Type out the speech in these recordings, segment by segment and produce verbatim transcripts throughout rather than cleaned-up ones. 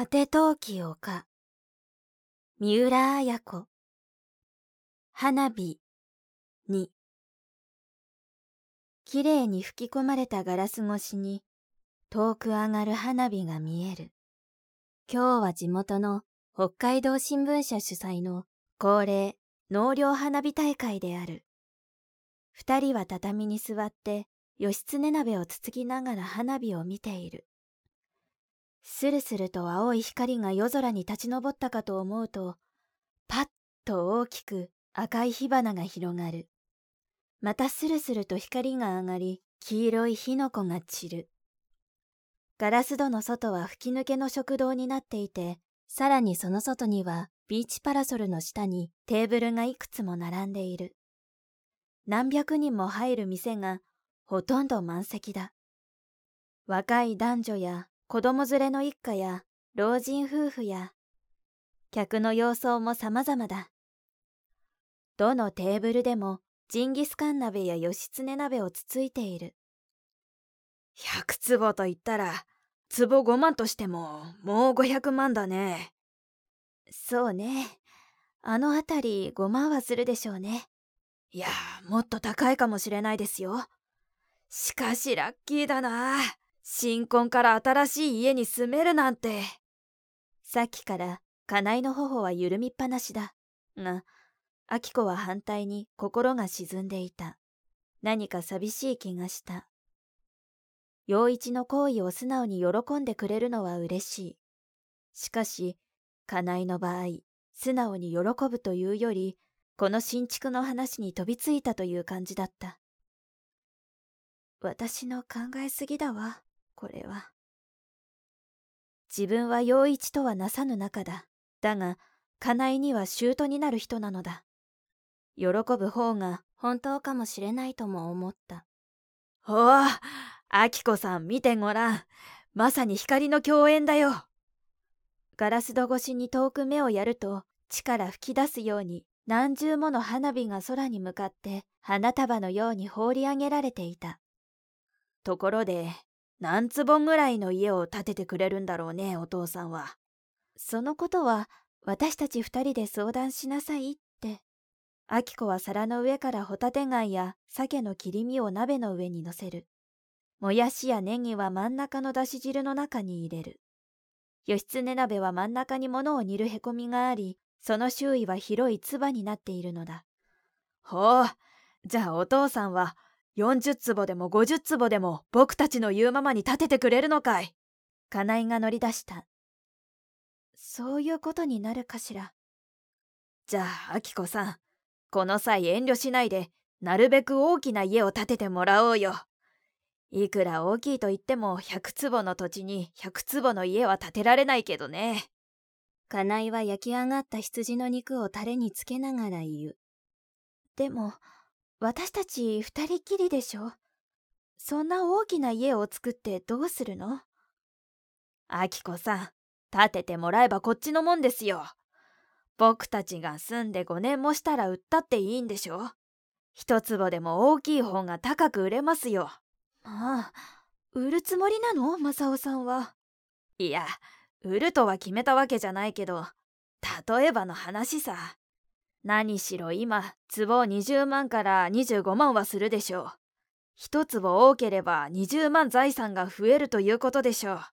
果て陶器丘、三浦綾子。花火に。きれいに吹き込まれたガラス越しに遠く上がる花火が見える。今日は地元の北海道新聞社主催の恒例納涼花火大会である。二人は畳に座って義経鍋をつつきながら花火を見ている。スルスルと青い光が夜空に立ち上ったかと思うと、パッと大きく赤い火花が広がる。またスルスルと光が上がり、黄色い火の粉が散る。ガラス戸の外は吹き抜けの食堂になっていて、さらにその外にはビーチパラソルの下にテーブルがいくつも並んでいる。何百人も入る店がほとんど満席だ。若い男女や子供連れの一家や老人夫婦や客の様相も様々だ。どのテーブルでもジンギスカン鍋や義経鍋をつついている。 百坪と言ったら坪ごまんとしてももうごひゃくまんだね。 そうね。あのあたりごまんはするでしょうね。 いや、もっと高いかもしれないですよ。しかしラッキーだな。新婚から新しい家に住めるなんて。 さっきから金井の頬は緩みっぱなしだ。が、明子は反対に心が沈んでいた。何か寂しい気がした。陽一の行為を素直に喜んでくれるのは嬉しい。しかし、金井の場合、素直に喜ぶというより、この新築の話に飛びついたという感じだった。私の考えすぎだわ、これは。自分は陽一とはなさぬ仲だ。だが、金井には舅になる人なのだ。喜ぶ方が本当かもしれないとも思った。 おお、明子さん見てごらん。まさに光の共演だよ。 ガラス戸越しに遠く目をやると、地から吹き出すように何重もの花火が空に向かって花束のように放り上げられていた。 ところで、何坪ぐらいの家を建ててくれるんだろうね、お父さんは。 そのことは私たち二人で相談しなさいって。明子は皿の上からホタテ貝や鮭の切り身を鍋の上に乗せる。もやしやネギは真ん中のだし汁の中に入れる。義経鍋は真ん中に物を煮るへこみがあり、その周囲は広い唾になっているのだ。 ほう、じゃあお父さんはよんじゅう坪でもごじゅう坪でも僕たちの言うままに建ててくれるのかい。 金井が乗り出した。そういうことになるかしら。 じゃあ明子さん、この際遠慮しないでなるべく大きな家を建ててもらおうよ。いくら大きいと言ってもひゃく坪の土地にひゃく坪の家は建てられないけどね。 金井は焼き上がった羊の肉をタレにつけながら言う。でも、私たち二人きりでしょ。そんな大きな家を作ってどうするの？ 明子さん、建ててもらえばこっちのもんですよ。僕たちが住んでごねんもしたら売ったっていいんでしょ。一坪でも大きい方が高く売れますよ。 まあ、売るつもりなの？正雄さんは。 いや、売るとは決めたわけじゃないけど、例えばの話さ。何しろ今、坪にじゅうまんからにじゅうごまんはするでしょう。一坪多ければにじゅうまん財産が増えるということでしょう。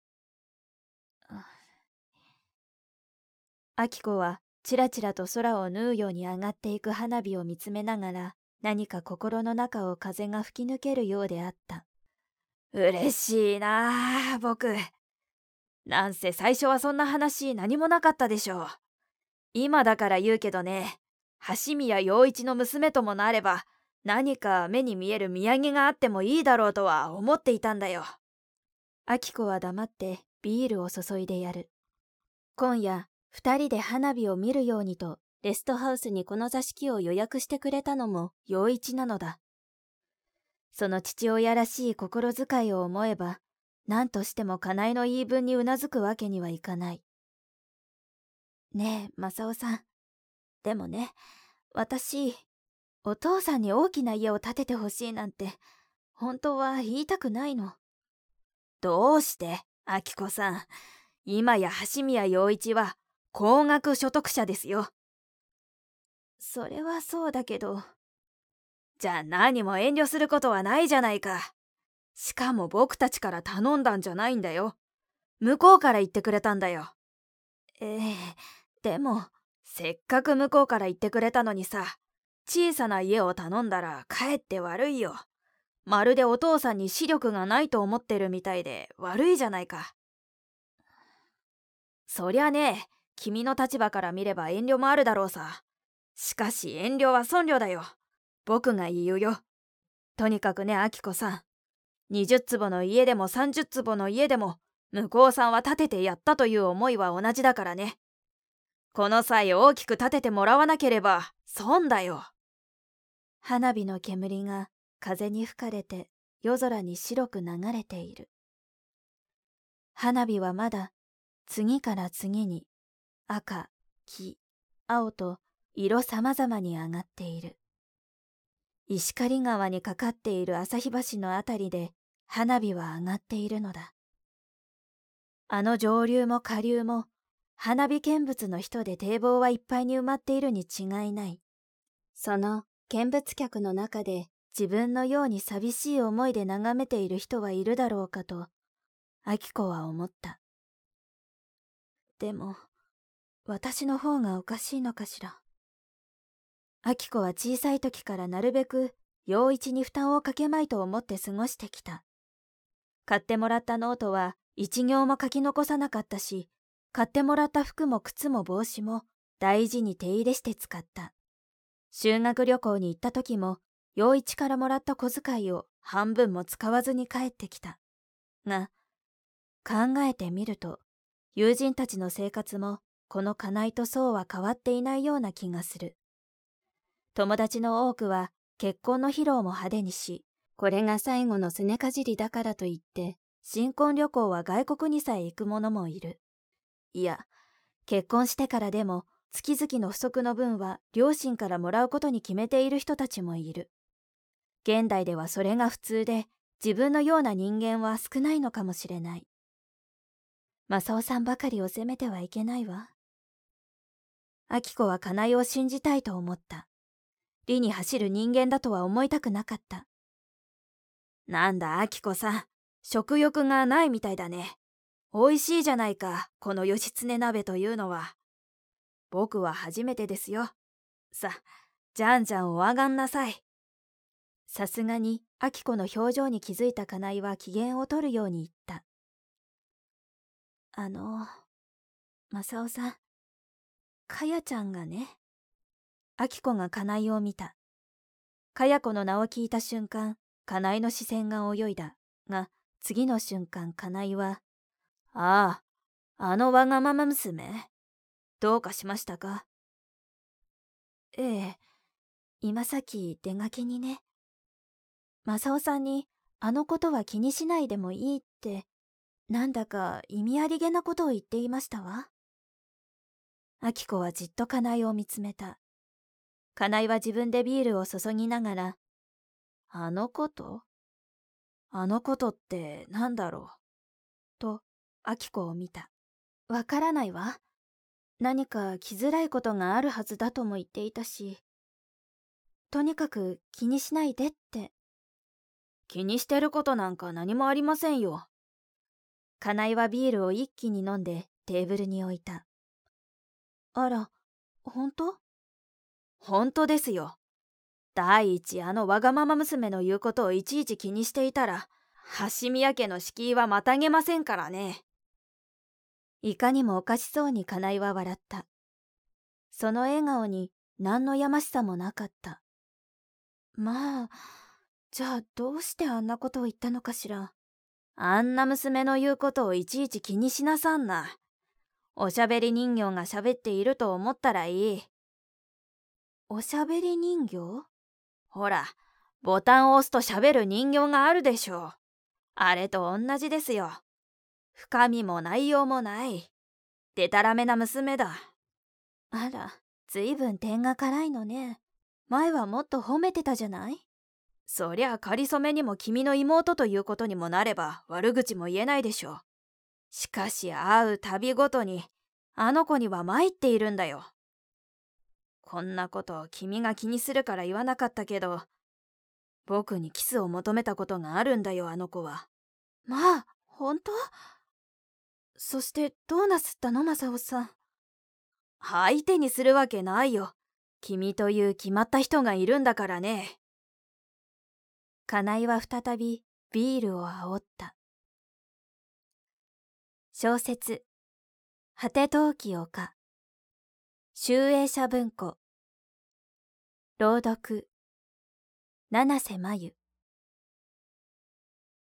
明子はちらちらと空を縫うように上がっていく花火を見つめながら、何か心の中を風が吹き抜けるようであった。 嬉しいなあ、僕。なんせ最初はそんな話何もなかったでしょう。今だから言うけどね、橋宮陽一の娘ともなれば、何か目に見える土産があってもいいだろうとは思っていたんだよ。 明子は黙ってビールを注いでやる。今夜、二人で花火を見るようにと、レストハウスにこの座敷を予約してくれたのも陽一なのだ。その父親らしい心遣いを思えば、何としても金井の言い分にうなずくわけにはいかない。ねえ、正雄さん。でもね、私、お父さんに大きな家を建ててほしいなんて、本当は言いたくないの。 どうして、明子さん。 今や橋宮陽一は高額所得者ですよ。 それはそうだけど。 じゃあ何も遠慮することはないじゃないか。しかも僕たちから頼んだんじゃないんだよ。向こうから言ってくれたんだよ。 ええ、でもせっかく向こうから言ってくれたのにさ、小さな家を頼んだらかえって悪いよ。まるでお父さんに視力がないと思ってるみたいで悪いじゃないか。そりゃね、君の立場から見れば遠慮もあるだろうさ。しかし遠慮は損慮だよ。僕が言うよ。とにかくね、あきこさん。にじゅう坪の家でもさんじゅう坪の家でも、向こうさんは建ててやったという思いは同じだからね。この際大きく建ててもらわなければ損だよ。 花火の煙が風に吹かれて夜空に白く流れている。花火はまだ次から次に赤、黄、青と色さまざまに上がっている。石狩川にかかっている旭橋のあたりで花火は上がっているのだ。あの上流も下流も花火見物の人で堤防はいっぱいに埋まっているに違いない。その見物客の中で自分のように寂しい思いで眺めている人はいるだろうかと、あきこは思った。でも、私の方がおかしいのかしら。あきこは小さい時からなるべく陽一に負担をかけまいと思って過ごしてきた。買ってもらったノートは一行も書き残さなかったし、買ってもらった服も靴も帽子も大事に手入れして使った。修学旅行に行った時も陽一からもらった小遣いを半分も使わずに帰ってきた。が、考えてみると、友人たちの生活もこの金井とそうは変わっていないような気がする。友達の多くは結婚の披露も派手にし、これが最後のすねかじりだからといって、新婚旅行は外国にさえ行く者もいる。いや、結婚してからでも月々の不足の分は両親からもらうことに決めている人たちもいる。現代ではそれが普通で、自分のような人間は少ないのかもしれない。正雄さんばかりを責めてはいけないわ。あきこは金井を信じたいと思った。理に走る人間だとは思いたくなかった。なんだあきこさん、食欲がないみたいだね。おいしいじゃないか、この義経鍋というのは。僕は初めてですよ。さ、じゃんじゃんおあがんなさい。さすがにあきこの表情に気づいた金井は機嫌を取るように言った。あの、正雄さん、かやちゃんがね。あきこが金井を見た。かや子の名を聞いた瞬間、金井の視線が泳いだ。が、次の瞬間金井は、ああ、あのわがまま娘。どうかしましたか？ええ、今さっき出がけにね。正雄さんに、あのことは気にしないでもいいって、なんだか意味ありげなことを言っていましたわ。あきこはじっと金井を見つめた。金井は自分でビールを注ぎながら、あのことあのことってなんだろうと、あきこを見た。わからないわ。何か来づらいことがあるはずだとも言っていたし。とにかく気にしないでって。気にしてることなんか何もありませんよ。金井はビールを一気に飲んでテーブルに置いた。あら、本当？本当ですよ。第一、あのわがまま娘の言うことをいちいち気にしていたら、橋宮家の敷居はまたげませんからね。いかにもおかしそうに金井は笑った。その笑顔に何のやましさもなかった。まあ、じゃあどうしてあんなことを言ったのかしら。あんな娘の言うことをいちいち気にしなさんな。おしゃべり人形がしゃべっていると思ったらいい。おしゃべり人形？ほら、ボタンを押すとしゃべる人形があるでしょう。あれと同じですよ。深みも内容もない。でたらめな娘だ。あら、ずいぶん点が辛いのね。前はもっと褒めてたじゃない？そりゃあ仮初めにも君の妹ということにもなれば悪口も言えないでしょう。 しかし会うたびごとにあの子には参っているんだよ。こんなことを君が気にするから言わなかったけど、僕にキスを求めたことがあるんだよ、あの子は。 まあ、本当？そしてどうなすったの、正雄さん。 相手にするわけないよ。君という決まった人がいるんだからね。 金井は再びビールを煽った。小説果て陶器丘、集英社文庫、朗読七瀬真由。